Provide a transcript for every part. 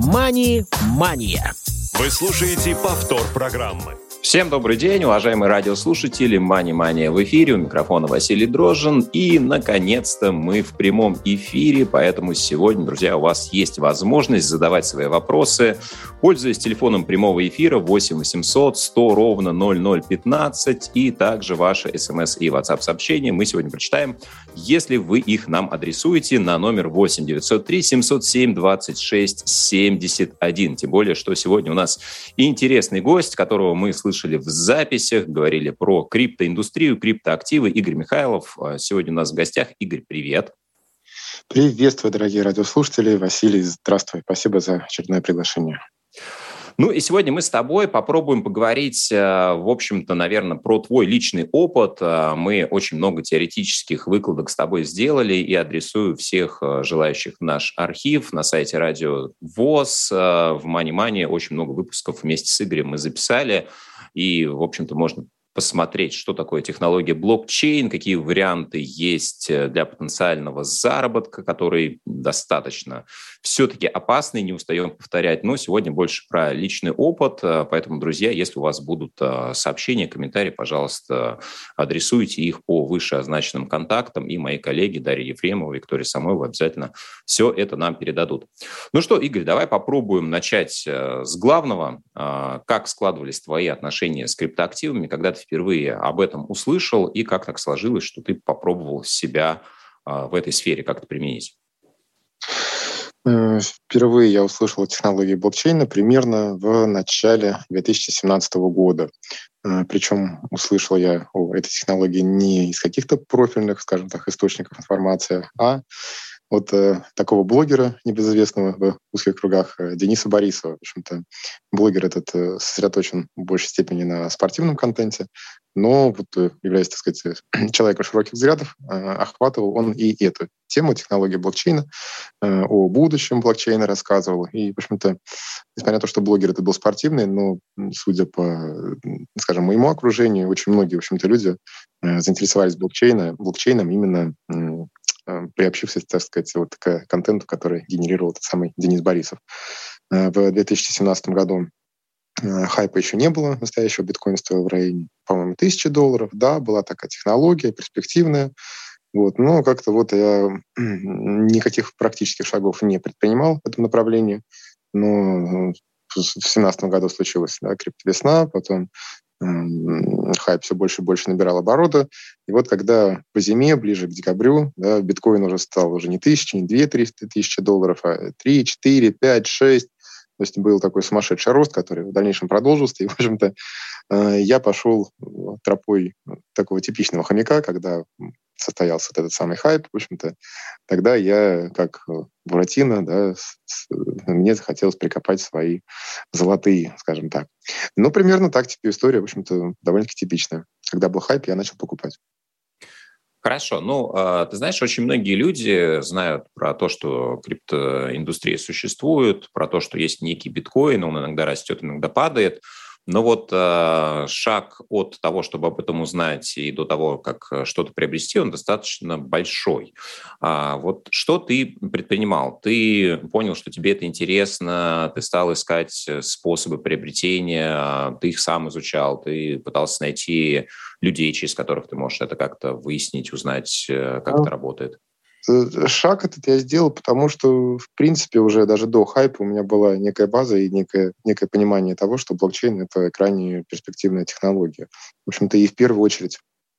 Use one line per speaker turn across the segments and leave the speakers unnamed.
«Мани-мания».
Вы слушаете повтор программы.
Всем добрый день, уважаемые радиослушатели. «Мани-мания» в эфире. У микрофона Василий Дрожжин. И, наконец-то, мы в прямом эфире. Поэтому сегодня, друзья, у вас есть возможность задавать свои вопросы, пользуясь телефоном прямого эфира 8 800 100 ровно 0015. И также ваши смс и WhatsApp-сообщения мы сегодня прочитаем, если вы их нам адресуете на номер 8 903 707 26 71. Тем более, что сегодня у нас интересный гость, которого мы слышали в записях, говорили про криптоиндустрию, криптоактивы. Игорь Михайлов сегодня у нас в гостях. Игорь, привет.
Приветствую, дорогие радиослушатели. Василий, здравствуй. Спасибо за очередное приглашение.
Ну и сегодня мы с тобой попробуем поговорить, в общем-то, наверное, про твой личный опыт. Мы очень много теоретических выкладок с тобой сделали и адресую всех желающих в наш архив на сайте Радио ВОС. В «Мани-мане» очень много выпусков вместе с Игорем мы записали. И, в общем-то, можно посмотреть, что такое технология блокчейн, какие варианты есть для потенциального заработка, который достаточно все-таки опасный, не устаем повторять. Но сегодня больше про личный опыт. Поэтому, друзья, если у вас будут сообщения, комментарии, пожалуйста, адресуйте их по вышеозначенным контактам. И мои коллеги Дарья Ефремова, Виктория Самойлова обязательно все это нам передадут. Ну что, Игорь, давай попробуем начать с главного. Как складывались твои отношения с криптоактивами, когда ты впервые об этом услышал, и как так сложилось, что ты попробовал себя в этой сфере как-то применить?
Впервые я услышал о технологии блокчейна примерно в начале 2017 года. Причем услышал я о этой технологии не из каких-то профильных, скажем так, источников информации, а от такого блогера, небезызвестного в узких кругах, Дениса Борисова. В общем-то, блогер этот сосредоточен в большей степени на спортивном контенте, но вот, являясь, так сказать, человеком широких взглядов, охватывал он и эту тему технологии блокчейна, о будущем блокчейна рассказывал. И, в общем-то, несмотря на то, что блогер это был спортивный, но, судя по, скажем, моему окружению, очень многие, в общем-то, люди заинтересовались блокчейном именно приобщившись, так сказать, вот к контенту, который генерировал тот самый Денис Борисов. В 2017 году хайпа еще не было, настоящего биткоина стоил в районе, по-моему, $1000. Да, была такая технология, перспективная. Вот, но как-то вот я никаких практических шагов не предпринимал в этом направлении. Но в 2017 году случилась криптовесна, потом хайп все больше и больше набирал обороты. И вот когда по зиме, ближе к декабрю, да, биткоин уже стал уже не 1000, не 2-3 тысячи долларов, а 3, 4, 5, 6. То есть был такой сумасшедший рост, который в дальнейшем продолжился. И, в общем-то, я пошел тропой такого типичного хомяка, когда состоялся вот этот самый хайп. В общем-то, тогда я, как Буратино, да, мне захотелось прикопать свои золотые, скажем так. Ну, примерно так тебе история, в общем-то, довольно-таки типичная. Когда был хайп, я начал покупать.
Хорошо. Ну, ты знаешь, очень многие люди знают про то, что криптоиндустрия существует, про то, что есть некий биткоин, он иногда растет, иногда падает. Но вот шаг от того, чтобы об этом узнать, и до того, как что-то приобрести, он достаточно большой. Вот что ты предпринимал? Ты понял, что тебе это интересно, ты стал искать способы приобретения, ты их сам изучал, ты пытался найти людей, через которых ты можешь это как-то выяснить, узнать, как это работает?
Шаг этот я сделал, потому что, в принципе, уже даже до хайпа у меня была некая база и некое понимание того, что блокчейн — это крайне перспективная технология. В общем-то, и в первую очередь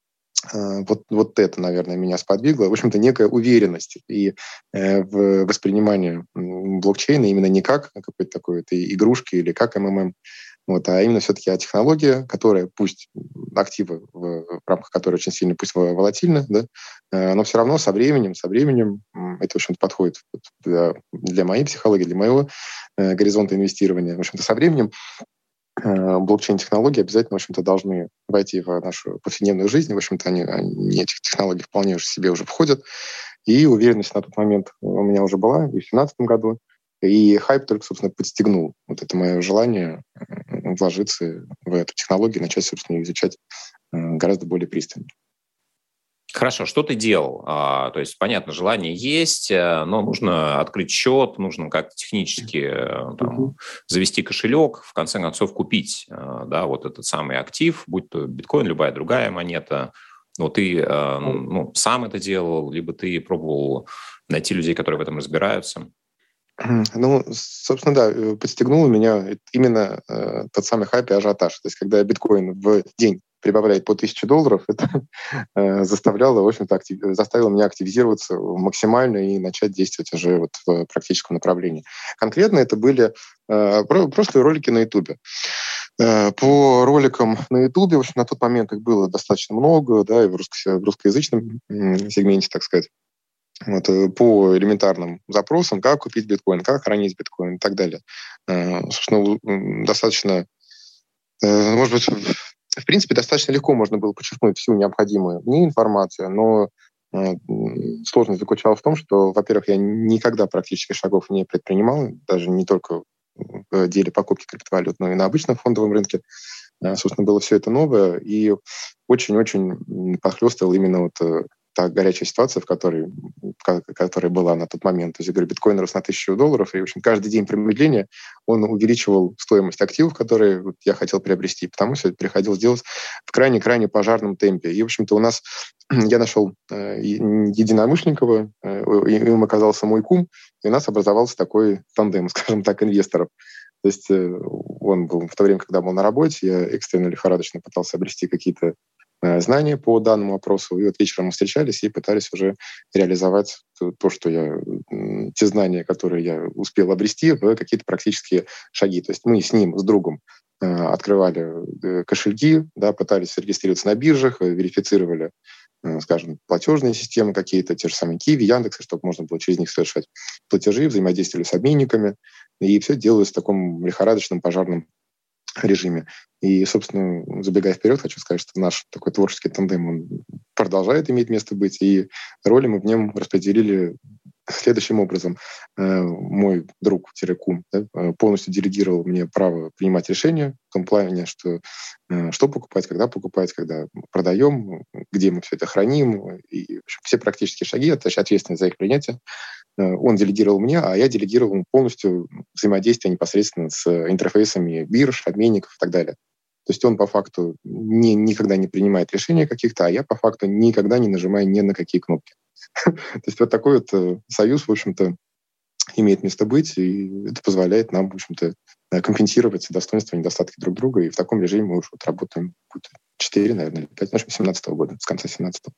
вот это, наверное, меня сподвигло. В общем-то, некая уверенность и в воспринимании блокчейна именно не как какой-то такой игрушки или как МММ, вот, а именно все-таки о технологии, которая, пусть активы, в рамках которой очень сильно, пусть волатильны, да, но все равно со временем это, в общем-то, подходит для моей психологии, для моего горизонта инвестирования. В общем-то, со временем блокчейн-технологии обязательно, в общем-то, должны войти в нашу повседневную жизнь. В общем-то, они этих технологий вполне уже себе уже входят. И уверенность на тот момент у меня уже была и в 2017 году. И хайп только, собственно, подстегнул вот это мое желание вложиться в эту технологию, начать, собственно, ее изучать гораздо более пристально.
Хорошо, что ты делал? То есть, понятно, желание есть, но нужно открыть счет, нужно как-то технически там, завести кошелек, в конце концов купить да, вот этот самый актив, будь то биткоин, любая другая монета. Но ты сам это делал, либо ты пробовал найти людей, которые в этом разбираются?
Ну, собственно, да, подстегнуло меня именно тот самый хайп и ажиотаж. То есть, когда биткоин в день прибавляет по $1000, это заставляло, в общем-то, заставило меня активизироваться максимально и начать действовать уже вот в практическом направлении. Конкретно это были просто ролики на Ютубе. По роликам на Ютубе, в общем, на тот момент их было достаточно много, да, и в русскоязычном сегменте, так сказать. Вот, по элементарным запросам, как купить биткоин, как хранить биткоин и так далее. Собственно, достаточно, может быть, в принципе, достаточно легко можно было подчеркнуть всю необходимую мне информацию, но сложность заключалась в том, что, во-первых, я никогда практически шагов не предпринимал, даже не только в деле покупки криптовалют, но и на обычном фондовом рынке. Собственно, было все это новое, и очень-очень похлёстывал именно вот та горячая ситуация, в которой была на тот момент. То есть, я говорю, биткоин рос на $1000, и, в общем, каждый день промедления он увеличивал стоимость активов, которые вот я хотел приобрести, потому что это приходилось делать в крайне-крайне пожарном темпе. И, в общем-то, я нашел единомышленников, им оказался мой кум, и у нас образовался такой тандем, скажем так, инвесторов. То есть он был в то время, когда был на работе, я экстренно лихорадочно пытался обрести какие-то знания по данному вопросу. И вот вечером мы встречались и пытались уже реализовать то, что те знания, которые я успел обрести, в какие-то практические шаги. То есть мы с ним, с другом, открывали кошельки, да, пытались зарегистрироваться на биржах, верифицировали, скажем, платежные системы какие-то, те же самые Киви, Яндексы, чтобы можно было через них совершать платежи, взаимодействовали с обменниками. И все делалось в таком лихорадочном пожарном режиме. И, собственно, забегая вперед, хочу сказать, что наш такой творческий тандем, он продолжает иметь место быть, и роли мы в нем распределили следующим образом. Мой друг-кум полностью делегировал мне право принимать решения в том плане, что покупать, когда продаем, где мы все это храним, и в общем, все практические шаги, ответственность за их принятие, он делегировал мне, а я делегировал ему полностью взаимодействие непосредственно с интерфейсами бирж, обменников и так далее. То есть он по факту никогда не принимает решения каких-то, а я по факту никогда не нажимаю ни на какие кнопки. То есть вот такой вот союз, в общем-то, имеет место быть, и это позволяет нам, в общем-то, компенсировать достоинства и недостатки друг друга. И в таком режиме мы уже работаем 4, наверное, или 5, 2017 года, с конца 2017.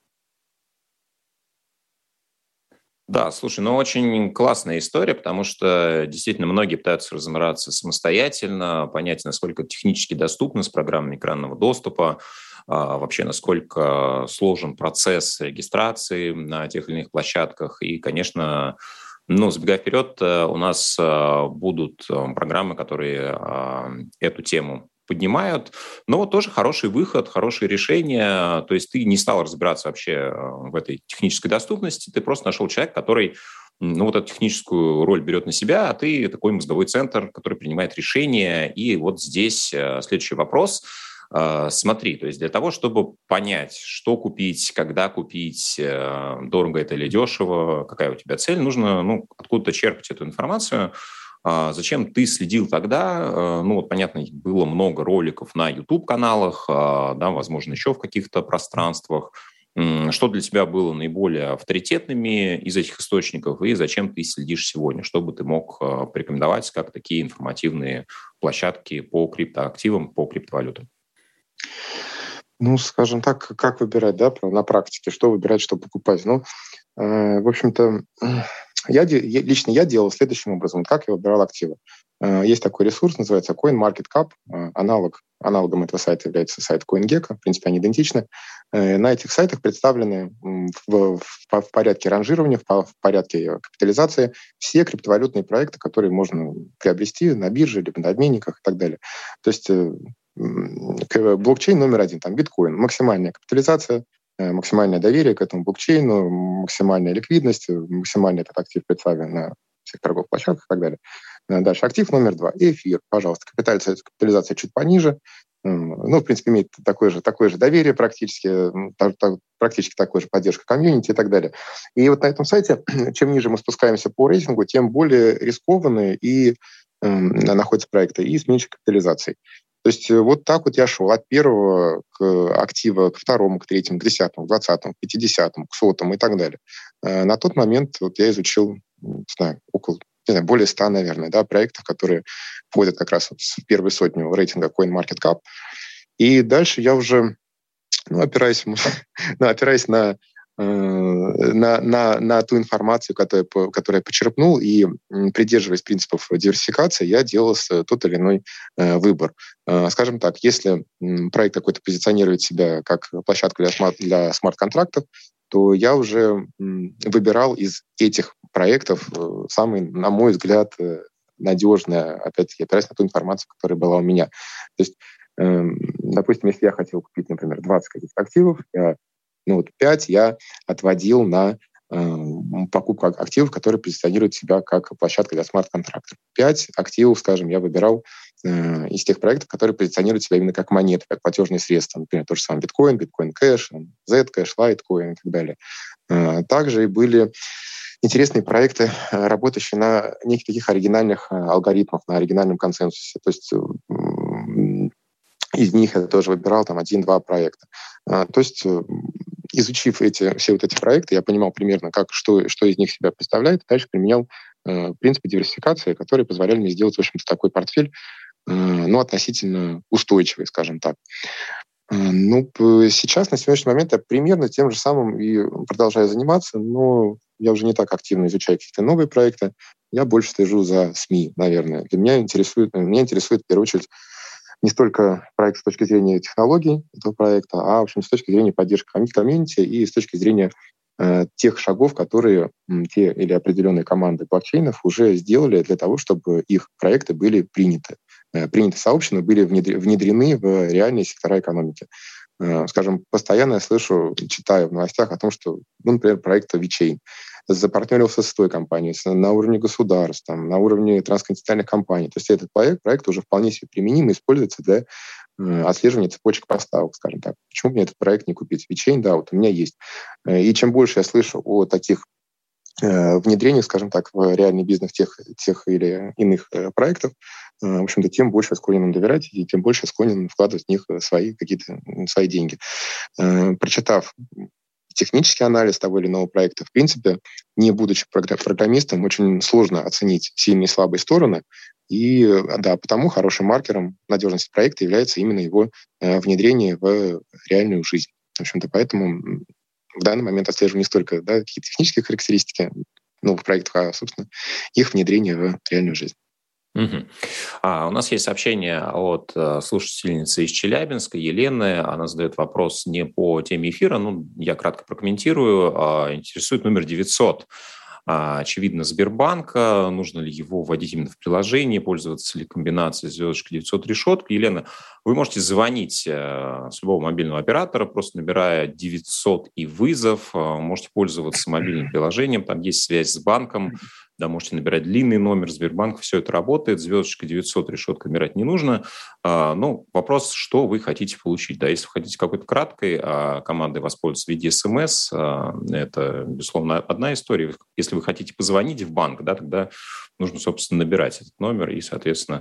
Да, слушай, очень классная история, потому что действительно многие пытаются разобраться самостоятельно, понять, насколько технически доступно с программами экранного доступа, вообще насколько сложен процесс регистрации на тех или иных площадках. И, конечно, забегая вперед, у нас будут программы, которые эту тему поднимают, но вот тоже хороший выход, хорошее решение. То есть ты не стал разбираться вообще в этой технической доступности, ты просто нашел человека, который вот эту техническую роль берет на себя, а ты такой мозговой центр, который принимает решения. И вот здесь следующий вопрос. Смотри, то есть для того, чтобы понять, что купить, когда купить, дорого это или дешево, какая у тебя цель, нужно откуда-то черпать эту информацию. Зачем ты следил тогда? Понятно, было много роликов на YouTube-каналах, да, возможно, еще в каких-то пространствах. Что для тебя было наиболее авторитетными из этих источников и зачем ты следишь сегодня? Чтобы ты мог порекомендовать как такие информативные площадки по криптоактивам, по криптовалютам?
Скажем так, как выбирать, да, на практике, что выбирать, что покупать. В общем-то, лично я делал следующим образом. Как я выбирал активы? Есть такой ресурс, называется CoinMarketCap. Аналогом этого сайта является сайт CoinGecko. В принципе, они идентичны. На этих сайтах представлены в порядке ранжирования, в порядке капитализации все криптовалютные проекты, которые можно приобрести на бирже, либо на обменниках и так далее. То есть блокчейн номер 1, там биткоин, максимальная капитализация, максимальное доверие к этому блокчейну, максимальная ликвидность, максимальный этот актив представлен на всех торговых площадках и так далее. Дальше актив номер 2, эфир, пожалуйста, капитализация чуть пониже, в принципе, имеет такое же доверие практически такой же поддержка комьюнити и так далее. И вот на этом сайте, чем ниже мы спускаемся по рейтингу, тем более рискованные и находятся проекты и с меньшей капитализацией. То есть вот так вот я шел от первого актива к второму, к третьему, к 10-му, к 20-му, к 50-му, к 100-му и так далее. На тот момент вот я изучил, не знаю, более 100, наверное, проектов, которые входят как раз вот в первую сотню рейтинга CoinMarketCap. И дальше я уже, опираясь на ту информацию, которую я почерпнул, и придерживаясь принципов диверсификации, я делал тот или иной выбор. Скажем так, если проект какой-то позиционирует себя как площадку для смарт-контрактов, то я уже выбирал из этих проектов самый, на мой взгляд, надежный, опять-таки, опираясь на ту информацию, которая была у меня. То есть, допустим, если я хотел купить, например, 20 каких-то активов, 5 я отводил на покупку активов, которые позиционируют себя как площадка для смарт-контрактов. 5 активов, скажем, я выбирал из тех проектов, которые позиционируют себя именно как монеты, как платежные средства. Например, то же самое биткоин кэш, Zcash, Litecoin и так далее. Также и были интересные проекты, работающие на неких таких оригинальных алгоритмах, на оригинальном консенсусе. То есть из них я тоже выбирал 1-2 проекта. То есть изучив все вот эти проекты, я понимал примерно, что из них себя представляет, и дальше применял принципы диверсификации, которые позволяли мне сделать, в общем-то, такой портфель, относительно устойчивый, скажем так. Сейчас, на сегодняшний момент, я примерно тем же самым и продолжаю заниматься, но я уже не так активно изучаю какие-то новые проекты. Я больше слежу за СМИ, наверное. Меня интересует в первую очередь не столько проект с точки зрения технологий этого проекта, а, в общем, с точки зрения поддержки комьюнити и с точки зрения тех шагов, которые те или определенные команды блокчейнов уже сделали для того, чтобы их проекты были приняты сообществом, были внедрены в реальные сектора экономики. Скажем, постоянно я слышу, читаю в новостях о том, что, например, проект VeChain запартнерился с той компанией на уровне государств, на уровне трансконтинентальных компаний. То есть этот проект уже вполне себе применим и используется для отслеживания цепочек поставок, скажем так. Почему мне этот проект не купить? VeChain, вот у меня есть. И чем больше я слышу о таких внедрениях, скажем так, в реальный бизнес тех или иных проектов, в общем-то, тем больше я склонен им доверять, и тем больше я склонен вкладывать в них свои деньги. Прочитав технический анализ того или иного проекта, в принципе, не будучи программистом, очень сложно оценить сильные и слабые стороны, и потому хорошим маркером надежности проекта является именно его внедрение в реальную жизнь. В общем-то, поэтому в данный момент отслеживаю не столько какие-то технические характеристики новых проектов, а, собственно, их внедрение в реальную жизнь.
Угу. У нас есть сообщение от слушательницы из Челябинска, Елены. Она задает вопрос не по теме эфира, я кратко прокомментирую. Интересует номер 900. Очевидно, Сбербанка. Нужно ли его вводить именно в приложение, пользоваться ли комбинацией звездочка 900 решетка? Елена, вы можете звонить с любого мобильного оператора, просто набирая 900 и вызов. Можете пользоваться мобильным приложением, там есть связь с банком. Можете набирать длинный номер Сбербанка, все это работает, звездочка 900, решетка набирать не нужно. Вопрос, что вы хотите получить. Если вы хотите какой-то краткой командой воспользоваться в виде СМС, это, безусловно, одна история. Если вы хотите позвонить в банк, тогда нужно, собственно, набирать этот номер и, соответственно,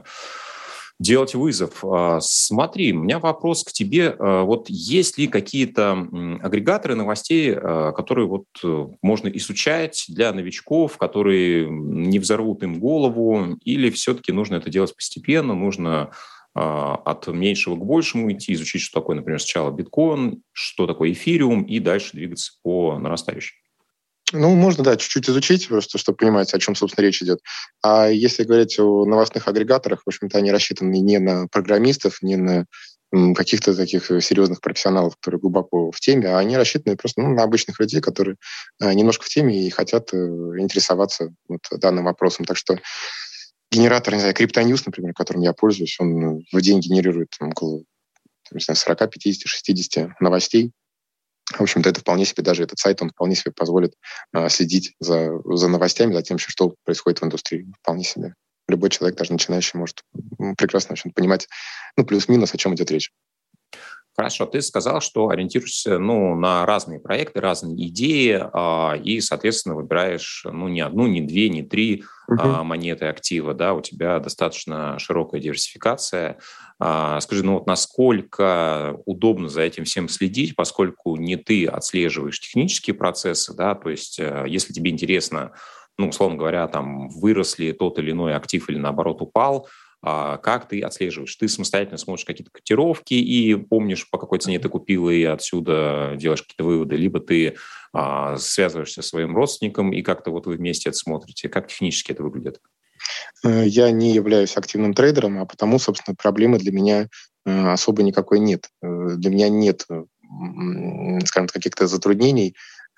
делать вызов. Смотри, у меня вопрос к тебе. Есть ли какие-то агрегаторы новостей, которые можно изучать для новичков, которые не взорвут им голову, или все-таки нужно это делать постепенно, нужно от меньшего к большему идти, изучить, что такое, например, сначала биткоин, что такое эфириум, и дальше двигаться по нарастающей?
Можно, чуть-чуть изучить, просто чтобы понимать, о чем, собственно, речь идет. А если говорить о новостных агрегаторах, в общем-то, они рассчитаны не на программистов, не на каких-то таких серьезных профессионалов, которые глубоко в теме, а они рассчитаны просто на обычных людей, которые немножко в теме и хотят интересоваться данным вопросом. Так что генератор, Криптоньюз, например, которым я пользуюсь, он в день генерирует около 40, 50, 60 новостей. В общем-то, это вполне себе, даже этот сайт, он вполне себе позволит следить за новостями, за тем, что происходит в индустрии. Вполне себе любой человек, даже начинающий, может прекрасно понимать, плюс-минус, о чем идет речь.
Хорошо, ты сказал, что ориентируешься на разные проекты, разные идеи, и, соответственно, выбираешь не одну, не две, не три монеты актива. Да? У тебя достаточно широкая диверсификация. Скажи, насколько удобно за этим всем следить, поскольку не ты отслеживаешь технические процессы, да, то есть если тебе интересно, условно говоря, там вырос ли тот или иной актив или, наоборот, упал, как ты отслеживаешь? Ты самостоятельно смотришь какие-то котировки и помнишь, по какой цене ты купил, и отсюда делаешь какие-то выводы, либо ты связываешься со своим родственником, и как-то вы вместе это смотрите. Как технически это выглядит?
Я не являюсь активным трейдером, а потому, собственно, проблемы для меня особо никакой нет. Для меня нет, скажем так, каких-то затруднений.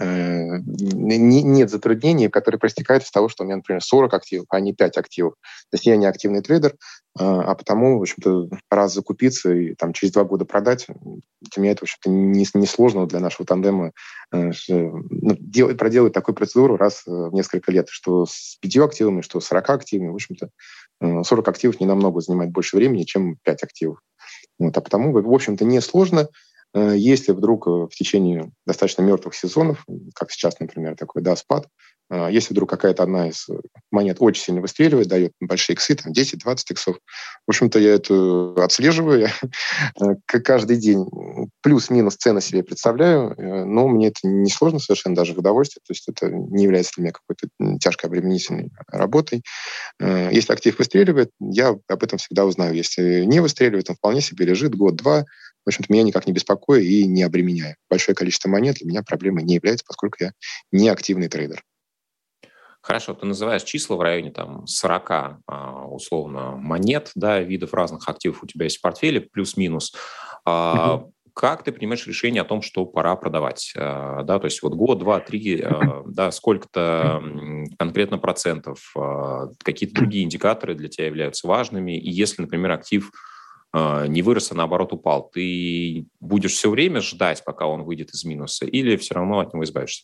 Нет затруднений, которые проистекают из того, что у меня, например, 40 активов, а не 5 активов. То есть я не активный трейдер, а потому, в общем-то, раз закупиться и через 2 года продать, для меня это, в общем-то, не сложно для нашего тандема проделать такую процедуру раз в несколько лет, что с 5 активами, что с 40 активами. В общем-то, 40 активов не намного занимает больше времени, чем 5 активов. А потому, в общем-то, не сложно. Если вдруг в течение достаточно мертвых сезонов, как сейчас, например, такой спад, если вдруг какая-то одна из монет очень сильно выстреливает, дает большие иксы, 10-20 иксов, в общем-то, я это отслеживаю, я каждый день плюс-минус цены себе представляю, но мне это не сложно совершенно, даже в удовольствие, то есть это не является для меня какой-то тяжкой обременительной работой. Если актив выстреливает, я об этом всегда узнаю. Если не выстреливает, он вполне себе лежит год-два, в общем-то, меня никак не беспокоит и не обременяет. Большое количество монет для меня проблемой не является, поскольку я не активный трейдер.
Хорошо, ты называешь числа в районе 40 условно монет, да, видов разных активов у тебя есть в портфеле, плюс-минус. Как ты принимаешь решение о том, что пора продавать? Да, то есть год, два, три, да, сколько-то конкретно процентов, какие-то другие индикаторы для тебя являются важными. И если, например, актив не вырос, а наоборот упал, ты будешь все время ждать, пока он выйдет из минуса, или все равно от него избавишься?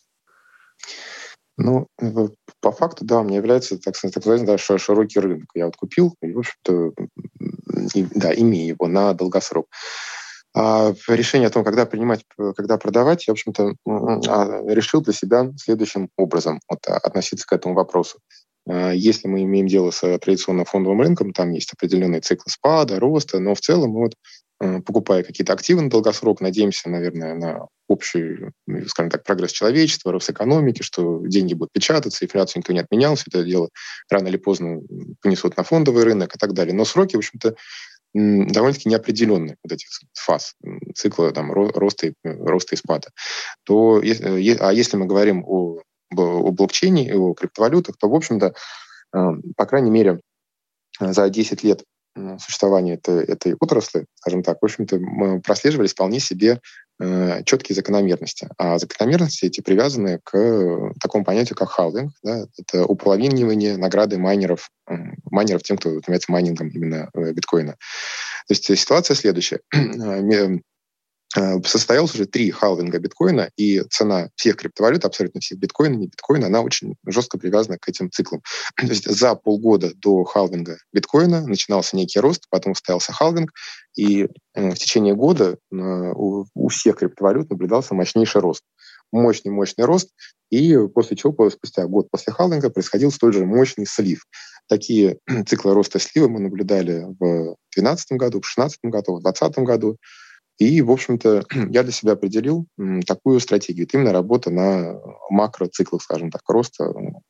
По факту, да, у меня является, так сказать, широкий рынок. Я купил, и, в общем-то, имею его на долгосрок. А решение о том, когда принимать, когда продавать, я, в общем-то, решил для себя следующим образом относиться к этому вопросу. Если мы имеем дело с традиционным фондовым рынком, там есть определенные циклы спада, роста, но в целом мы покупая какие-то активы на долгосрок, надеемся, наверное, на общий, скажем так, прогресс человечества, рост экономики, что деньги будут печататься, инфляцию никто не отменял, все это дело рано или поздно понесут на фондовый рынок и так далее. Но сроки, в общем-то, довольно-таки неопределенные этих фаз цикла роста и спада. Если мы говорим о блокчейне и о криптовалютах, то, в общем-то, по крайней мере, за 10 лет существования этой отрасли, скажем так, в общем-то, мы прослеживали вполне себе четкие закономерности. А закономерности эти привязаны к такому понятию, как халвинг. Да? Это уполовинивание награды майнеров тем, кто занимается майнингом именно биткоина. То есть ситуация следующая. Состоялось уже 3 халвинга биткоина, и цена всех криптовалют, абсолютно всех биткоина, не биткоина, она очень жестко привязана к этим циклам. То есть за полгода до халвинга биткоина начинался некий рост, потом состоялся халвинг, и в течение года у всех криптовалют наблюдался мощнейший рост. Мощный рост, и после чего, спустя год после халвинга, происходил столь же мощный слив. Такие циклы роста и слива мы наблюдали в 2012 году, в 2016 году, в 2020 году. И, в общем-то, я для себя определил такую стратегию. Это именно работа на макроциклах, скажем так, роста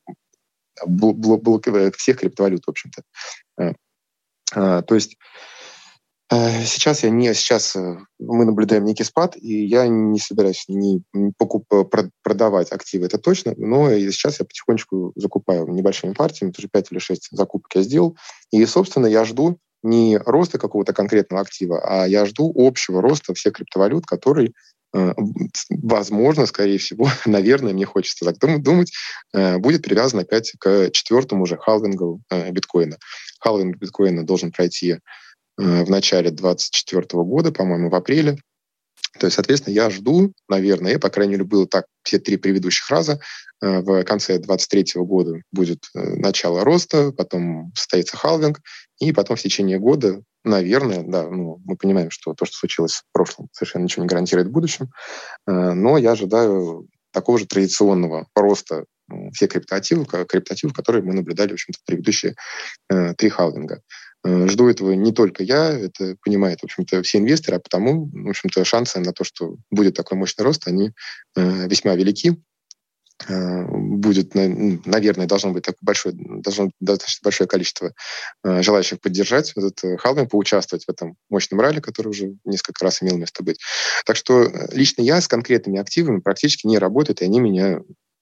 всех криптовалют, в общем-то. То есть сейчас мы наблюдаем некий спад, и я не собираюсь продавать активы, это точно, но сейчас я потихонечку закупаю небольшими партиями, тоже 5 или 6 закупок я сделал, и, собственно, я жду не роста какого-то конкретного актива, а я жду общего роста всех криптовалют, который, возможно, скорее всего, наверное, мне хочется так думать, будет привязан опять к 4-му уже халвингу биткоина. Халвинг биткоина должен пройти в начале 2024 года, по-моему, в апреле. То есть, соответственно, я жду, наверное, по крайней мере, было так все 3 предыдущих раза, в конце 2023 года будет начало роста, потом состоится халвинг, и потом в течение года, наверное, да, мы понимаем, что то, что случилось в прошлом, совершенно ничего не гарантирует в будущем, но я ожидаю такого же традиционного роста всех криптоактивов, которые мы наблюдали, в общем-то, в предыдущие 3 халвинга. Жду этого не только я, это понимают, в общем-то, все инвесторы, а потому, в общем-то, шансы на то, что будет такой мощный рост, они весьма велики. Будет, наверное, должно быть достаточно большое количество желающих поддержать этот халвинг, поучаствовать в этом мощном ралли, который уже несколько раз имел место быть. Так что лично я с конкретными активами практически не работаю, и они меня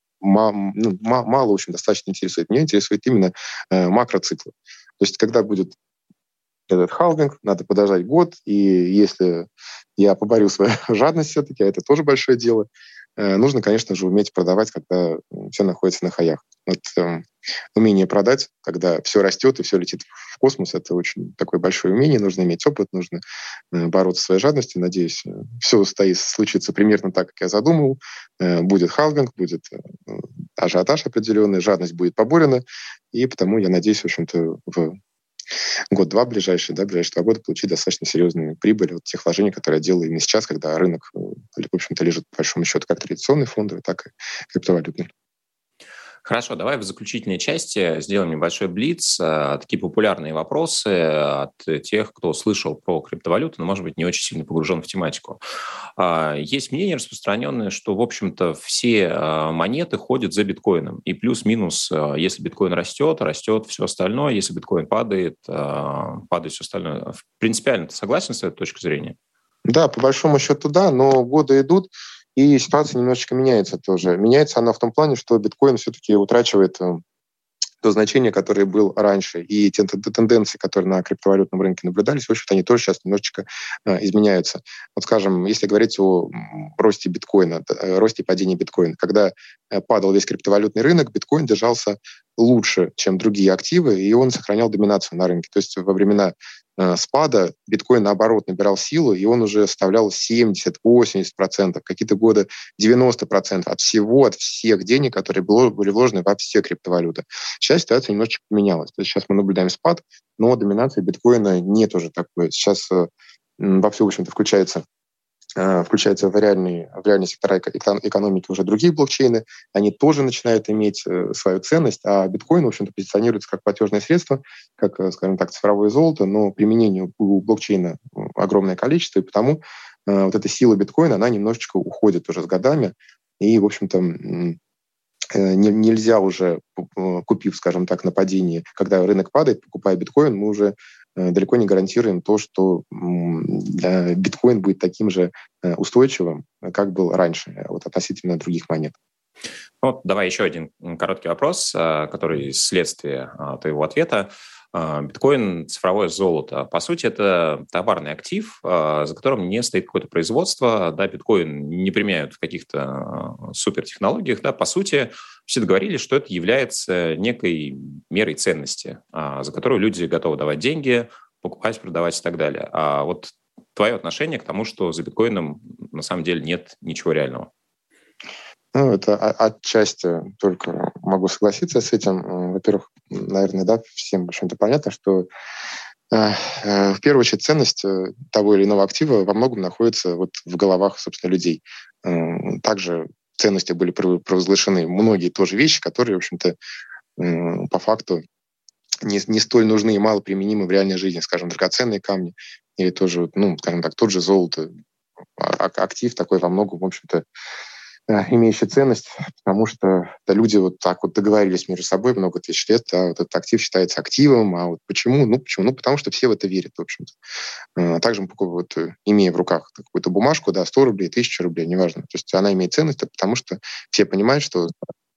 мало, в общем, достаточно интересует. Меня интересует именно макроциклы. То есть, когда будет этот халвинг, надо подождать год, и если я поборю свою жадность все-таки, а это тоже большое дело, нужно, конечно же, уметь продавать, когда все находится на хаях. Вот, умение продать, когда все растет и все летит в космос, это очень такое большое умение, нужно иметь опыт, нужно бороться со своей жадностью. Надеюсь, все случится примерно так, как я задумал. Будет халвинг, будет ажиотаж определенный, жадность будет поборена, и потому я надеюсь, в общем-то, в год-два ближайшие 2 года получить достаточно серьезную прибыль от тех вложений, которые я делаю именно сейчас, когда рынок, в общем-то, лежит, по большому счету, как традиционный фондовый, так и криптовалютный.
Хорошо, давай в заключительной части сделаем небольшой блиц, такие популярные вопросы от тех, кто слышал про криптовалюту, но, может быть, не очень сильно погружен в тематику. Есть мнение распространенное, что, в общем-то, все монеты ходят за биткоином, и плюс-минус, если биткоин растет все остальное, если биткоин падает все остальное. Принципиально ты согласен с этой точкой зрения?
Да, по большому счету, да, но годы идут, и ситуация немножечко меняется тоже. Меняется она в том плане, что биткоин все-таки утрачивает то значение, которое было раньше. И те тенденции, которые на криптовалютном рынке наблюдались, в общем-то, они тоже сейчас немножечко изменяются. Вот, скажем, если говорить о росте биткоина, росте и падении биткоина, когда падал весь криптовалютный рынок, биткоин держался лучше, чем другие активы, и он сохранял доминацию на рынке. То есть во времена спада биткоин, наоборот, набирал силу, и он уже составлял 70-80%, какие-то годы 90% от всех денег, которые были вложены во все криптовалюты. Сейчас ситуация немножечко поменялась. То есть сейчас мы наблюдаем спад, но доминации биткоина нет уже такой. Сейчас вовсю, в общем-то, включается в реальные сектора экономики уже другие блокчейны, они тоже начинают иметь свою ценность, а биткоин, в общем-то, позиционируется как платежное средство, как, скажем так, цифровое золото, но применение у блокчейна огромное количество, и потому вот эта сила биткоина, она немножечко уходит уже с годами, и, в общем-то, нельзя уже, купив, скажем так, на падении, когда рынок падает, покупая биткоин, мы уже далеко не гарантируем то, что биткоин будет таким же устойчивым, как был раньше, вот относительно других монет.
Вот, давай еще один короткий вопрос, который следствие твоего ответа. Биткоин – цифровое золото. По сути, это товарный актив, за которым не стоит какое-то производство. Да, биткоин не применяют в каких-то супертехнологиях. Да, по сути, все договорились, что это является некой мерой ценности, за которую люди готовы давать деньги, покупать, продавать и так далее. А вот твое отношение к тому, что за биткоином на самом деле нет ничего реального?
Ну, это отчасти только могу согласиться с этим. Во-первых, наверное, да, всем, в общем-то, понятно, что в первую очередь ценность того или иного актива во многом находится вот в головах, собственно, людей. Также ценности были провозглашены многие тоже вещи, которые, в общем-то, по факту не столь нужны и мало применимы в реальной жизни, скажем, драгоценные камни или тоже, скажем так, тот же золото. Актив такой во многом, в общем-то, имеющая ценность, потому что люди вот так вот договорились между собой много тысяч лет, а вот этот актив считается активом. А вот почему? Почему? Потому что все в это верят, в общем-то. Также вот, имея в руках какую-то бумажку, 100 рублей, 1000 рублей, неважно. То есть она имеет ценность, потому что все понимают, что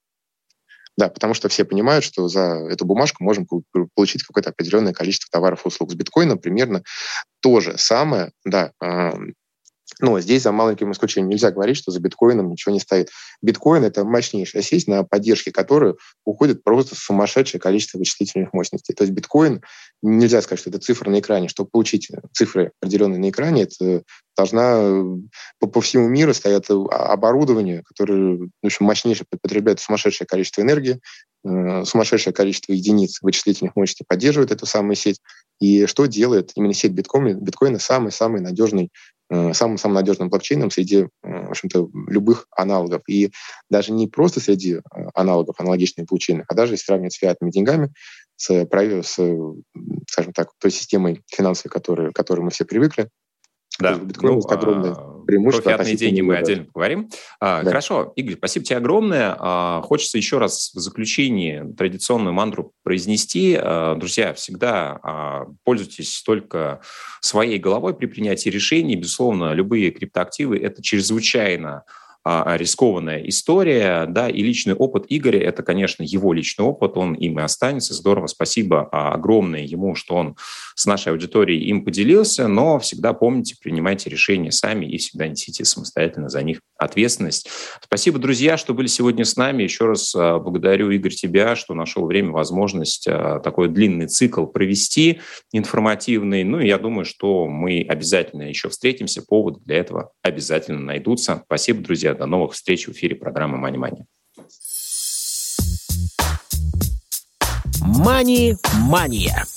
за эту бумажку можем получить какое-то определенное количество товаров и услуг. С биткоином примерно то же самое, Но здесь за маленьким исключением нельзя говорить, что за биткоином ничего не стоит. Биткоин — это мощнейшая сеть, на поддержке которой уходит просто сумасшедшее количество вычислительных мощностей. То есть биткоин, нельзя сказать, что это цифра на экране. Чтобы получить цифры, определенные на экране, это должна по всему миру стоят оборудование, которое, в общем, мощнейшее, потребляет сумасшедшее количество энергии, сумасшедшее количество единиц вычислительных мощностей поддерживает эту самую сеть. И что делает именно сеть биткоина самым надежным блокчейном среди, в общем-то, любых аналогов. И даже не просто среди аналогов аналогичных блокчейнов, а даже если сравнивать с фиатными деньгами, скажем так, той системой финансовой, к которой мы все привыкли.
Да,
биткоин огромное преимущество.
Про фиатные деньги мы отдельно поговорим. Да. Хорошо, Игорь, спасибо тебе огромное. Хочется еще раз в заключении традиционную мантру произнести. Друзья, всегда пользуйтесь только своей головой при принятии решений. Безусловно, любые криптоактивы – это чрезвычайно рискованная история, да, и личный опыт Игоря – это, конечно, его личный опыт, он им и останется. Здорово, спасибо огромное ему, что он с нашей аудиторией им поделился, но всегда помните, принимайте решения сами и всегда несите самостоятельно за них ответственность. Спасибо, друзья, что были сегодня с нами. Еще раз благодарю, Игорь, тебя, что нашел время, возможность такой длинный цикл провести, информативный. Ну, и я думаю, что мы обязательно еще встретимся, поводы для этого обязательно найдутся. Спасибо, друзья. До новых встреч в эфире программы «Мани-Мани».
«Мани-Мания».